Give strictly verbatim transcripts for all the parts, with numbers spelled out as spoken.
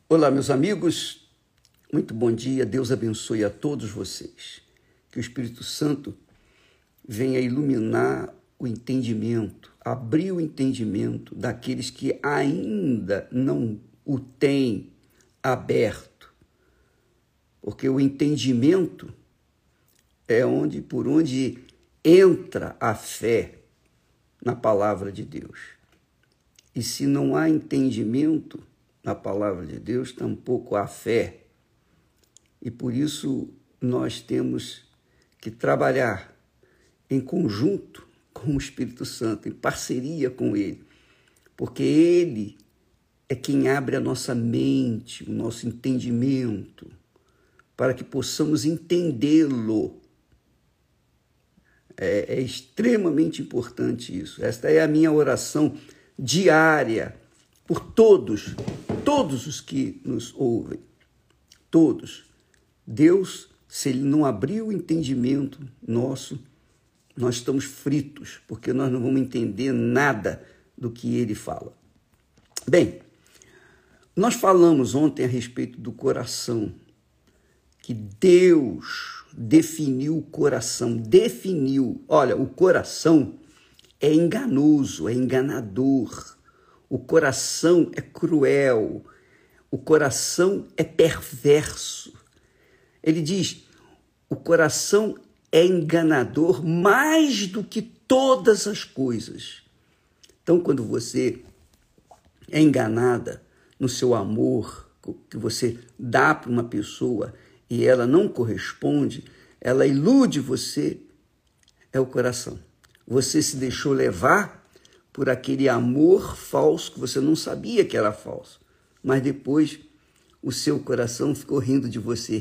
Olá, meus amigos, muito bom dia, Deus abençoe a todos vocês. Que o Espírito Santo venha iluminar o entendimento, abrir o entendimento daqueles que ainda não o têm aberto. Porque o entendimento é onde, por onde entra a fé na palavra de Deus. E se não há entendimento na palavra de Deus, tampouco há fé. E por isso nós temos que trabalhar em conjunto com o Espírito Santo, em parceria com Ele, porque Ele é quem abre a nossa mente, o nosso entendimento, para que possamos entendê-lo. É, é extremamente importante isso. Esta é a minha oração diária por todos, todos os que nos ouvem, todos. Deus, se Ele não abrir o entendimento nosso, nós estamos fritos, porque nós não vamos entender nada do que Ele fala. Bem, nós falamos ontem a respeito do coração, que Deus definiu o coração, definiu. Olha, o coração é enganoso, é enganador. O coração é cruel, o coração é perverso. Ele diz, o coração é enganador mais do que todas as coisas. Então, quando você é enganada no seu amor, que você dá para uma pessoa e ela não corresponde, ela ilude você, é o coração. Você se deixou levar por aquele amor falso que você não sabia que era falso. Mas depois o seu coração ficou rindo de você.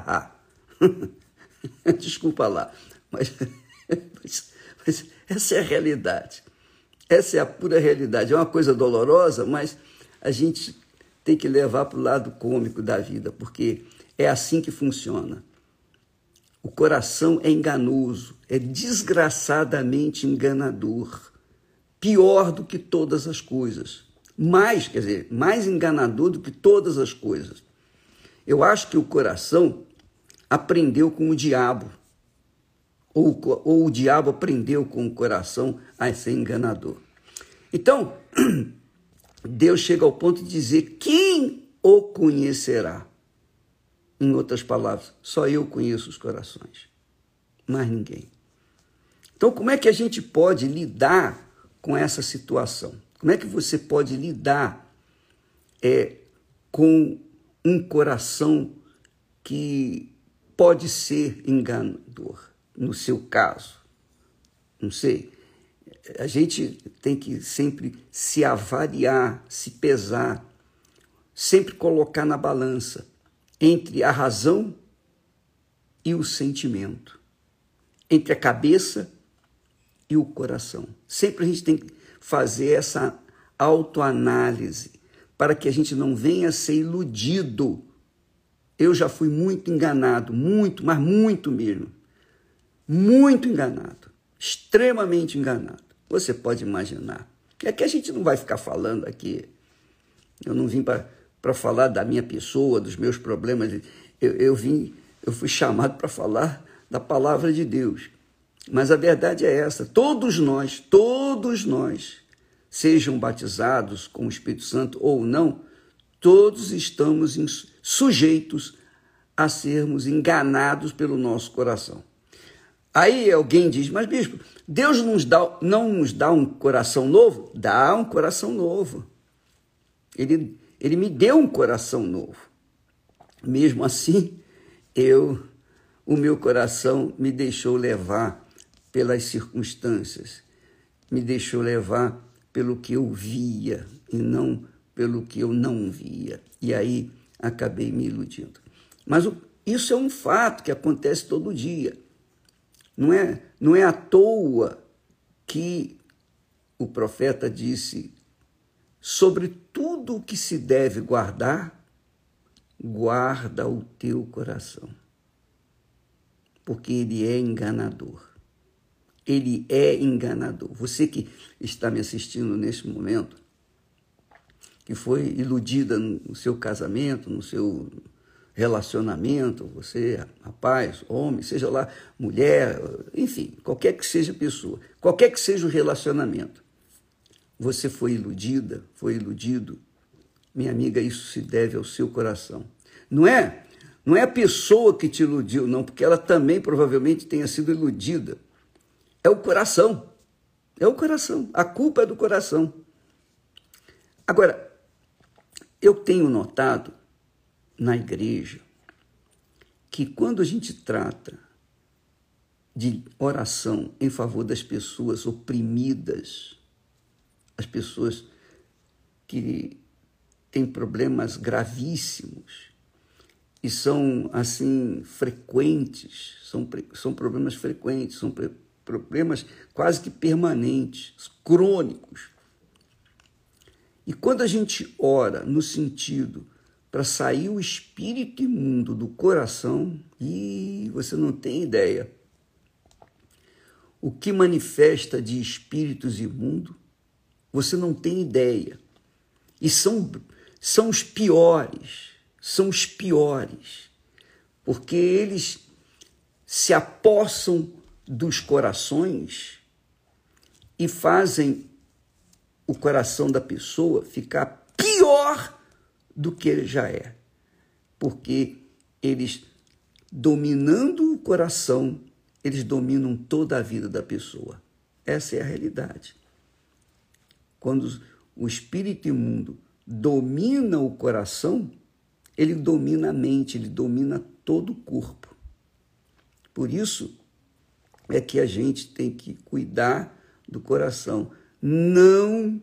Desculpa lá, mas, mas, mas essa é a realidade. Essa é a pura realidade. É uma coisa dolorosa, mas a gente tem que levar para o lado cômico da vida, porque é assim que funciona. O coração é enganoso, é desgraçadamente enganador. Pior do que todas as coisas. Mais, quer dizer, mais enganador do que todas as coisas. Eu acho que o coração aprendeu com o diabo. Ou, ou o diabo aprendeu com o coração a ser enganador. Então, Deus chega ao ponto de dizer, quem o conhecerá? Em outras palavras, só eu conheço os corações. Mais ninguém. Então, como é que a gente pode lidar com essa situação? Como é que você pode lidar é, com um coração que pode ser enganador, no seu caso? Não sei. A gente tem que sempre se avaliar, se pesar, sempre colocar na balança entre a razão e o sentimento, entre a cabeça e o coração. Sempre a gente tem que fazer essa autoanálise para que a gente não venha a ser iludido. Eu já fui muito enganado, muito, mas muito mesmo. Muito enganado, extremamente enganado. Você pode imaginar. É que a gente não vai ficar falando aqui. Eu não vim para falar da minha pessoa, dos meus problemas. Eu, eu, vim, eu fui chamado para falar da palavra de Deus. Mas a verdade é essa, todos nós, todos nós, sejam batizados com o Espírito Santo ou não, todos estamos sujeitos a sermos enganados pelo nosso coração. Aí alguém diz, mas bispo, Deus nos dá, não nos dá um coração novo? Dá um coração novo. Ele, ele me deu um coração novo. Mesmo assim, eu, o meu coração me deixou levar pelas circunstâncias, me deixou levar pelo que eu via e não pelo que eu não via. E aí acabei me iludindo. Mas o, isso é um fato que acontece todo dia. Não é, não é à toa que o profeta disse, sobre tudo o que se deve guardar, guarda o teu coração. Porque ele é enganador. Ele é enganador. Você que está me assistindo nesse momento, que foi iludida no seu casamento, no seu relacionamento, você, rapaz, homem, seja lá mulher, enfim, qualquer que seja a pessoa, qualquer que seja o relacionamento, você foi iludida, foi iludido, minha amiga, isso se deve ao seu coração. Não é, não é a pessoa que te iludiu, não, porque ela também provavelmente tenha sido iludida. É o coração, é o coração, a culpa é do coração. Agora, eu tenho notado na igreja que quando a gente trata de oração em favor das pessoas oprimidas, as pessoas que têm problemas gravíssimos e são assim frequentes, são, são problemas frequentes, são problemas quase que permanentes, crônicos. E quando a gente ora no sentido para sair o espírito imundo do coração, e você não tem ideia o que manifesta de espíritos imundos, você não tem ideia. E são, são os piores, são os piores, porque eles se apossam dos corações e fazem o coração da pessoa ficar pior do que ele já é, porque eles, dominando o coração, eles dominam toda a vida da pessoa. Essa é a realidade. Quando o espírito imundo domina o coração, ele domina a mente, ele domina todo o corpo. Por isso é que a gente tem que cuidar do coração, não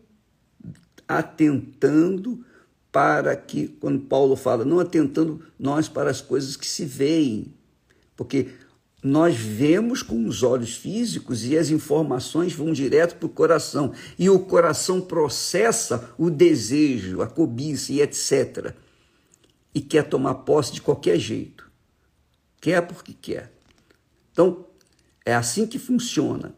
atentando para que, quando Paulo fala, não atentando nós para as coisas que se veem, porque nós vemos com os olhos físicos e as informações vão direto para o coração, e o coração processa o desejo, a cobiça e etcétera, e quer tomar posse de qualquer jeito, quer porque quer. Então, é assim que funciona.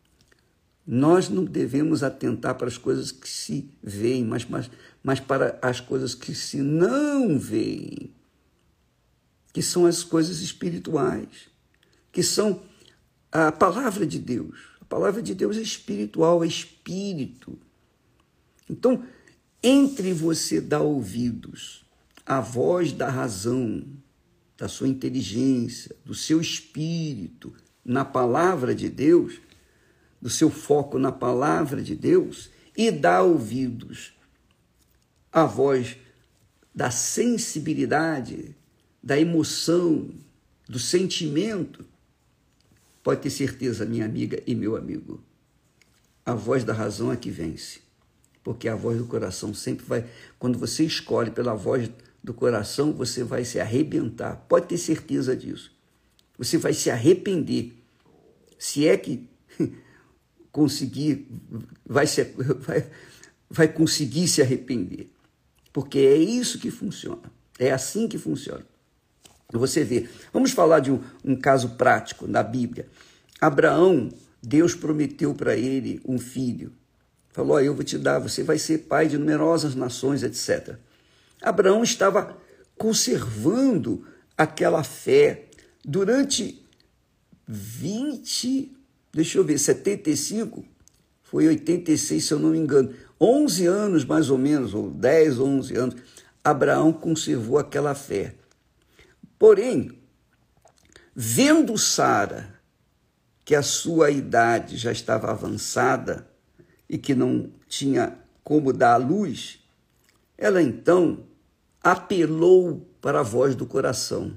Nós não devemos atentar para as coisas que se veem, mas, mas, mas para as coisas que se não veem, que são as coisas espirituais, que são a palavra de Deus. A palavra de Deus é espiritual, é espírito. Então, entre você dar ouvidos à voz da razão, da sua inteligência, do seu espírito, na palavra de Deus, do seu foco na palavra de Deus, e dar ouvidos à voz da sensibilidade, da emoção, do sentimento, pode ter certeza, minha amiga e meu amigo, a voz da razão é que vence, porque a voz do coração sempre vai, quando você escolhe pela voz do coração, você vai se arrebentar, pode ter certeza disso, você vai se arrepender, se é que conseguir, vai, se, vai, vai conseguir se arrepender, porque é isso que funciona, é assim que funciona. Você vê, vamos falar de um, um caso prático na Bíblia. Abraão, Deus prometeu para ele um filho, falou, oh, eu vou te dar, você vai ser pai de numerosas nações, etcétera. Abraão estava conservando aquela fé durante vinte, deixa eu ver, setenta e cinco, foi oitenta e seis, se eu não me engano, onze anos mais ou menos, ou dez, onze anos, Abraão conservou aquela fé. Porém, vendo Sara que a sua idade já estava avançada e que não tinha como dar à luz, ela então apelou para a voz do coração.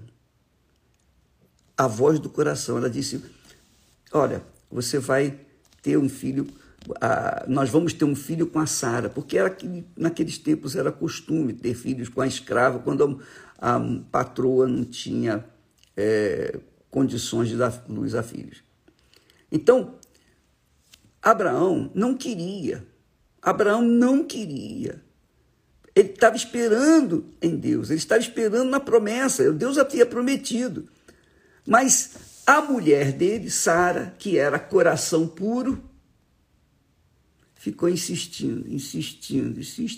A voz do coração, ela disse, olha, você vai ter um filho, a, nós vamos ter um filho com a Sara, porque era, naqueles tempos era costume ter filhos com a escrava, quando a, a patroa não tinha é, condições de dar luz a filhos. Então, Abraão não queria, Abraão não queria, ele estava esperando em Deus, ele estava esperando na promessa, Deus havia prometido, mas a mulher dele, Sara, que era coração puro, ficou insistindo, insistindo, insistindo.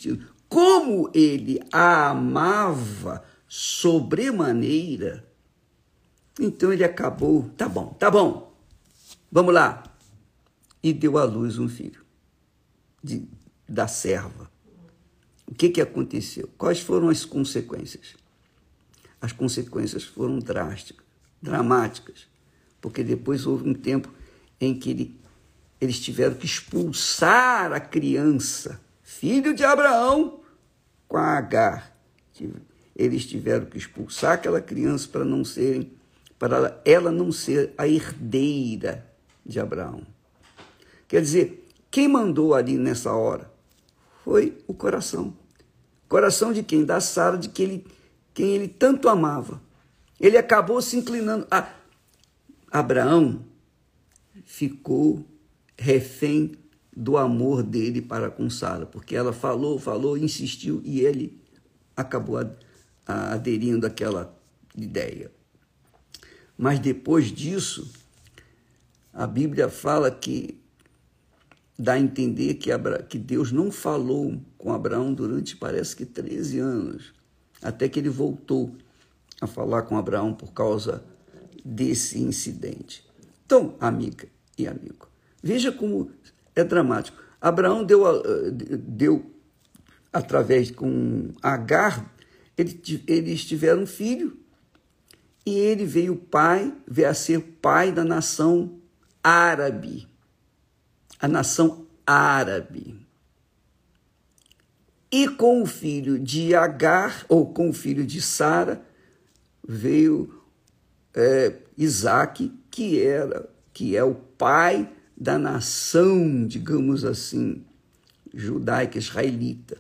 como ele a amava sobremaneira, então ele acabou, tá bom, tá bom, vamos lá. E deu à luz um filho de, da serva. O que, que aconteceu? Quais foram as consequências? As consequências foram drásticas, dramáticas, porque depois houve um tempo em que ele, eles tiveram que expulsar a criança, filho de Abraão, com a Agar. Eles tiveram que expulsar aquela criança para não serem, para ela não ser a herdeira de Abraão. Quer dizer, quem mandou ali nessa hora foi o coração. Coração de quem? Da Sara, de quem ele, quem ele tanto amava. Ele acabou se inclinando. Ah, Abraão ficou refém do amor dele para com Sara, porque ela falou, falou, insistiu e ele acabou aderindo àquela ideia. Mas depois disso, a Bíblia fala que dá a entender que, Abra... que Deus não falou com Abraão durante, parece que treze anos, até que ele voltou a falar com Abraão por causa desse incidente. Então, amiga e amigo, veja como é dramático. Abraão deu, deu através com Agar, eles tiveram um filho, e ele veio pai, veio a ser pai da nação árabe. A nação árabe. E com o filho de Agar, ou com o filho de Sara, veio é, Isaac, que, era, que é o pai da nação, digamos assim, judaica, israelita.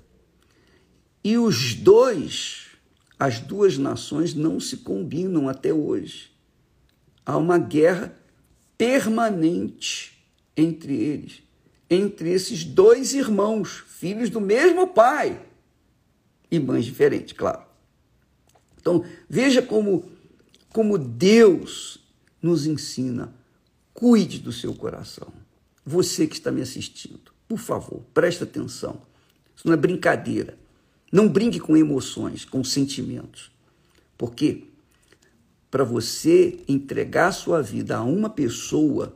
E os dois, as duas nações não se combinam até hoje. Há uma guerra permanente entre eles, entre esses dois irmãos, filhos do mesmo pai e mães diferentes, claro. Então, veja como, como Deus nos ensina, cuide do seu coração. Você que está me assistindo, por favor, preste atenção. Isso não é brincadeira. Não brinque com emoções, com sentimentos. Porque para você entregar sua vida a uma pessoa,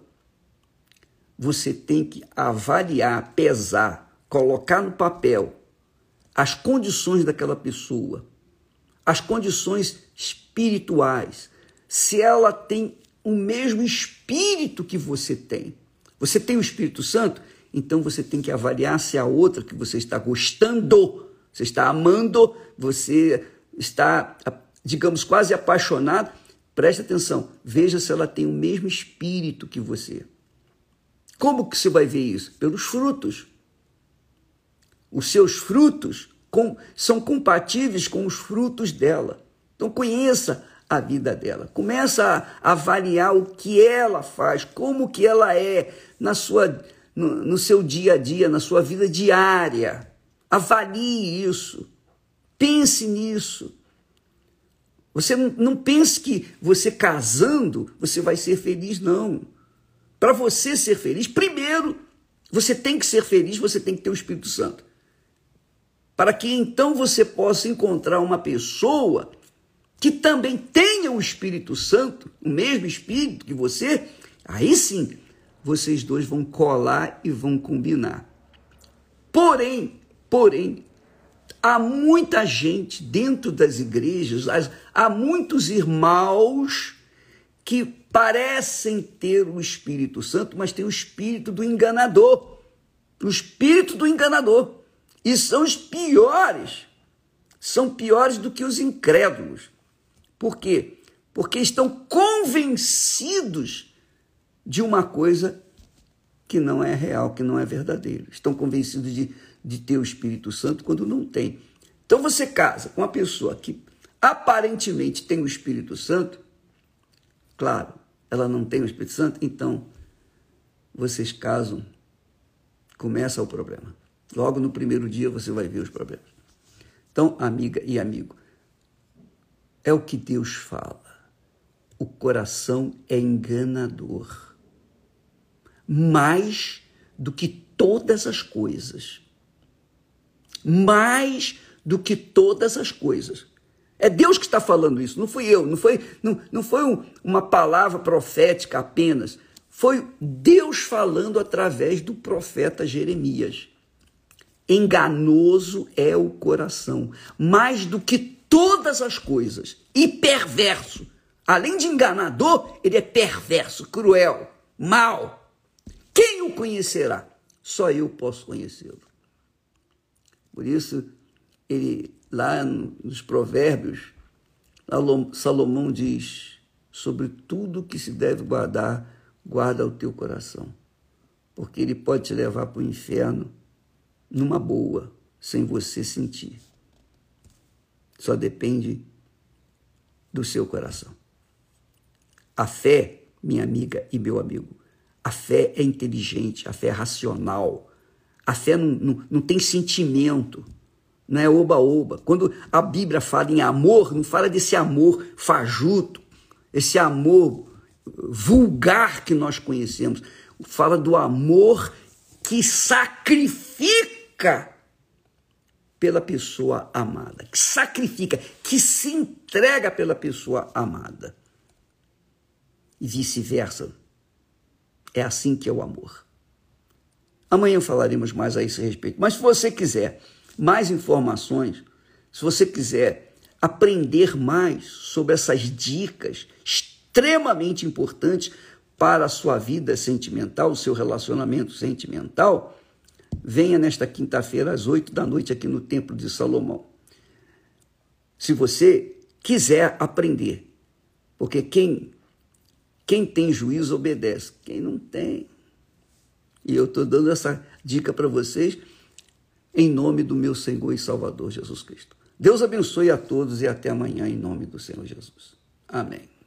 você tem que avaliar, pesar, colocar no papel as condições daquela pessoa, as condições espirituais, se ela tem o mesmo espírito que você tem. Você tem o Espírito Santo? Então você tem que avaliar se a outra que você está gostando, você está amando, você está, digamos, quase apaixonado. Preste atenção, veja se ela tem o mesmo espírito que você. Como que você vai ver isso? Pelos frutos. Os seus frutos com, são compatíveis com os frutos dela. Então conheça a vida dela. Começa a avaliar o que ela faz, como que ela é na sua, no, no seu dia a dia, na sua vida diária. Avalie isso. Pense nisso. Você não, não pense que você casando, você vai ser feliz, não. Para você ser feliz, primeiro, você tem que ser feliz, você tem que ter o Espírito Santo. Para que então você possa encontrar uma pessoa que também tenha o Espírito Santo, o mesmo Espírito que você, aí sim, vocês dois vão colar e vão combinar. Porém, porém, há muita gente dentro das igrejas, há muitos irmãos que parecem ter o Espírito Santo, mas tem o espírito do enganador. O espírito do enganador. E são os piores. São piores do que os incrédulos. Por quê? Porque estão convencidos de uma coisa que não é real, que não é verdadeira. Estão convencidos de, de ter o Espírito Santo quando não tem. Então você casa com uma pessoa que aparentemente tem o Espírito Santo, claro, ela não tem o Espírito Santo, então vocês casam, começa o problema. Logo no primeiro dia você vai ver os problemas. Então, amiga e amigo, é o que Deus fala. O coração é enganador. Mais do que todas as coisas. mais do que todas as coisas. É Deus que está falando isso, não fui eu, não foi, não, não foi um, uma palavra profética apenas, foi Deus falando através do profeta Jeremias. Enganoso é o coração, mais do que todas as coisas, e perverso. Além de enganador, ele é perverso, cruel, mau. Quem o conhecerá? Só eu posso conhecê-lo. Por isso, ele, lá nos Provérbios, Salomão diz, sobre tudo que se deve guardar, guarda o teu coração, porque ele pode te levar para o inferno numa boa, sem você sentir. Só depende do seu coração. A fé, minha amiga e meu amigo, a fé é inteligente, a fé é racional, a fé não, não, não tem sentimento, não é oba-oba. Quando a Bíblia fala em amor, não fala desse amor fajuto, esse amor vulgar que nós conhecemos, fala do amor que sacrifica pela pessoa amada, que sacrifica, que se entrega pela pessoa amada. E vice-versa. É assim que é o amor. Amanhã falaremos mais a esse respeito. Mas se você quiser mais informações, se você quiser aprender mais sobre essas dicas extremamente importantes para a sua vida sentimental, o seu relacionamento sentimental, venha nesta quinta-feira às oito da noite aqui no Templo de Salomão. Se você quiser aprender, porque quem, quem tem juízo obedece, quem não tem. E eu estou dando essa dica para vocês em nome do meu Senhor e Salvador Jesus Cristo. Deus abençoe a todos e até amanhã em nome do Senhor Jesus. Amém.